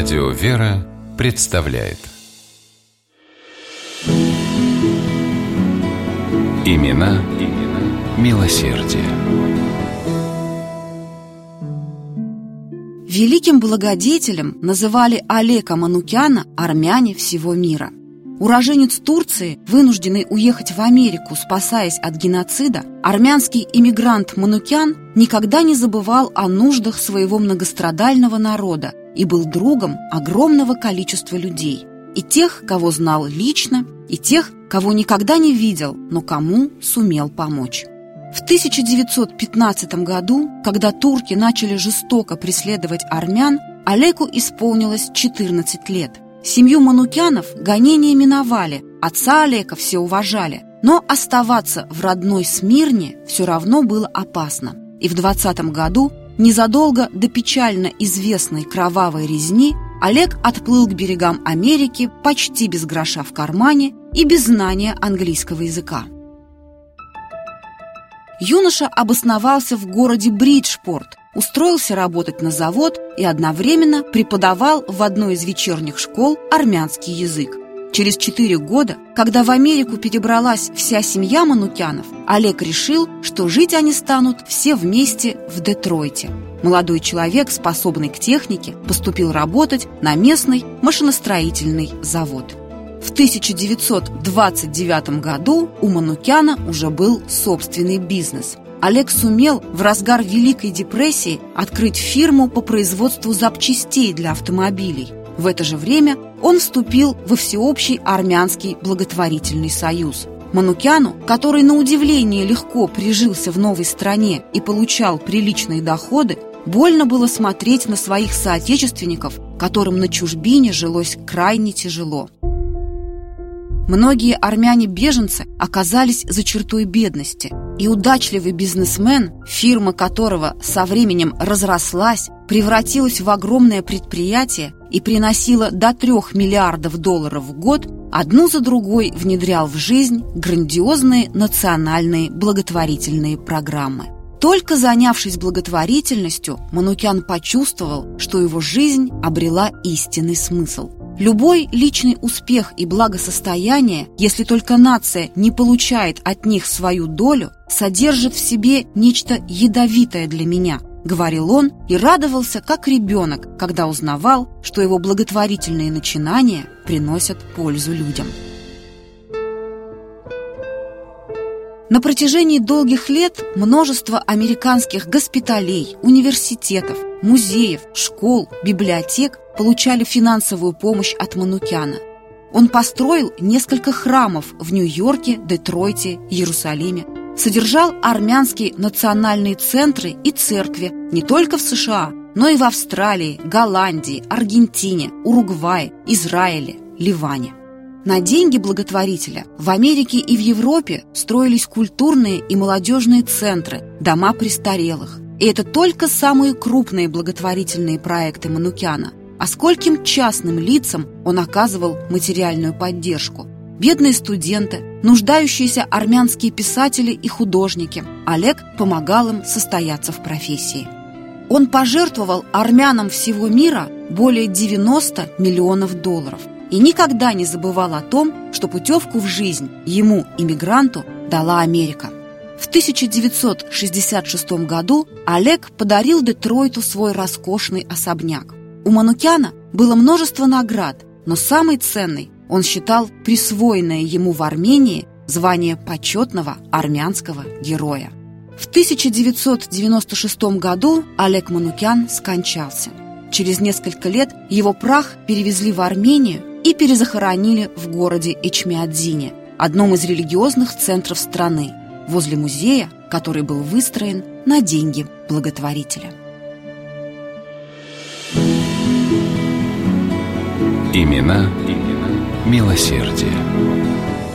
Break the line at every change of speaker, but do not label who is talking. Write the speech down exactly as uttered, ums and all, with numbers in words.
Радио «Вера» представляет Имена, имена милосердия.
Великим благодетелем называли Олега Манукяна армяне всего мира. Уроженец Турции, вынужденный уехать в Америку, спасаясь от геноцида, армянский иммигрант Манукян никогда не забывал о нуждах своего многострадального народа и был другом огромного количества людей. И тех, кого знал лично, и тех, кого никогда не видел, но кому сумел помочь. В тысяча девятьсот пятнадцатом году, когда турки начали жестоко преследовать армян, Олегу исполнилось четырнадцать лет. Семью Манукянов гонения миновали, отца Олега все уважали, но оставаться в родной Смирне все равно было опасно. И в двадцатом году, незадолго до печально известной кровавой резни, Олег отплыл к берегам Америки почти без гроша в кармане и без знания английского языка. Юноша обосновался в городе Бриджпорт, устроился работать на завод и одновременно преподавал в одной из вечерних школ армянский язык. Через четыре года, когда в Америку перебралась вся семья Манукянов, Олег решил, что жить они станут все вместе в Детройте. Молодой человек, способный к технике, поступил работать на местный машиностроительный завод. В тысяча девятьсот двадцать девятом году у Манукяна уже был собственный бизнес. Олег сумел в разгар Великой депрессии открыть фирму по производству запчастей для автомобилей. В это же время он вступил во всеобщий армянский благотворительный союз. Манукяну, который на удивление легко прижился в новой стране и получал приличные доходы, больно было смотреть на своих соотечественников, которым на чужбине жилось крайне тяжело. Многие армяне-беженцы оказались за чертой бедности, и удачливый бизнесмен, фирма которого со временем разрослась, превратилась в огромное предприятие и приносила до трех миллиардов долларов в год, одну за другой внедрял в жизнь грандиозные национальные благотворительные программы. Только занявшись благотворительностью, Манукян почувствовал, что его жизнь обрела истинный смысл. Любой личный успех и благосостояние, если только нация не получает от них свою долю, содержит в себе нечто ядовитое для меня, говорил он и радовался, как ребенок, когда узнавал, что его благотворительные начинания приносят пользу людям. На протяжении долгих лет множество американских госпиталей, университетов, музеев, школ, библиотек получали финансовую помощь от Манукяна. Он построил несколько храмов в Нью-Йорке, Детройте, Иерусалиме, содержал армянские национальные центры и церкви не только в США, но и в Австралии, Голландии, Аргентине, Уругвае, Израиле, Ливане. На деньги благотворителя в Америке и в Европе строились культурные и молодежные центры, дома престарелых. И это только самые крупные благотворительные проекты Манукяна. А скольким частным лицам он оказывал материальную поддержку. Бедные студенты, нуждающиеся армянские писатели и художники. Олег помогал им состояться в профессии. Он пожертвовал армянам всего мира более девяноста миллионов долларов. И никогда не забывал о том, что путевку в жизнь ему, иммигранту, дала Америка. В тысяча девятьсот шестьдесят шестом году Олег подарил Детройту свой роскошный особняк. У Манукяна было множество наград, но самой ценной он считал присвоенное ему в Армении звание почетного армянского героя. В тысяча девятьсот девяносто шестом году Олег Манукян скончался. Через несколько лет его прах перевезли в Армению и перезахоронили в городе Эчмиадзине, одном из религиозных центров страны, возле музея, который был выстроен на деньги благотворителя.
Имена, имена милосердия.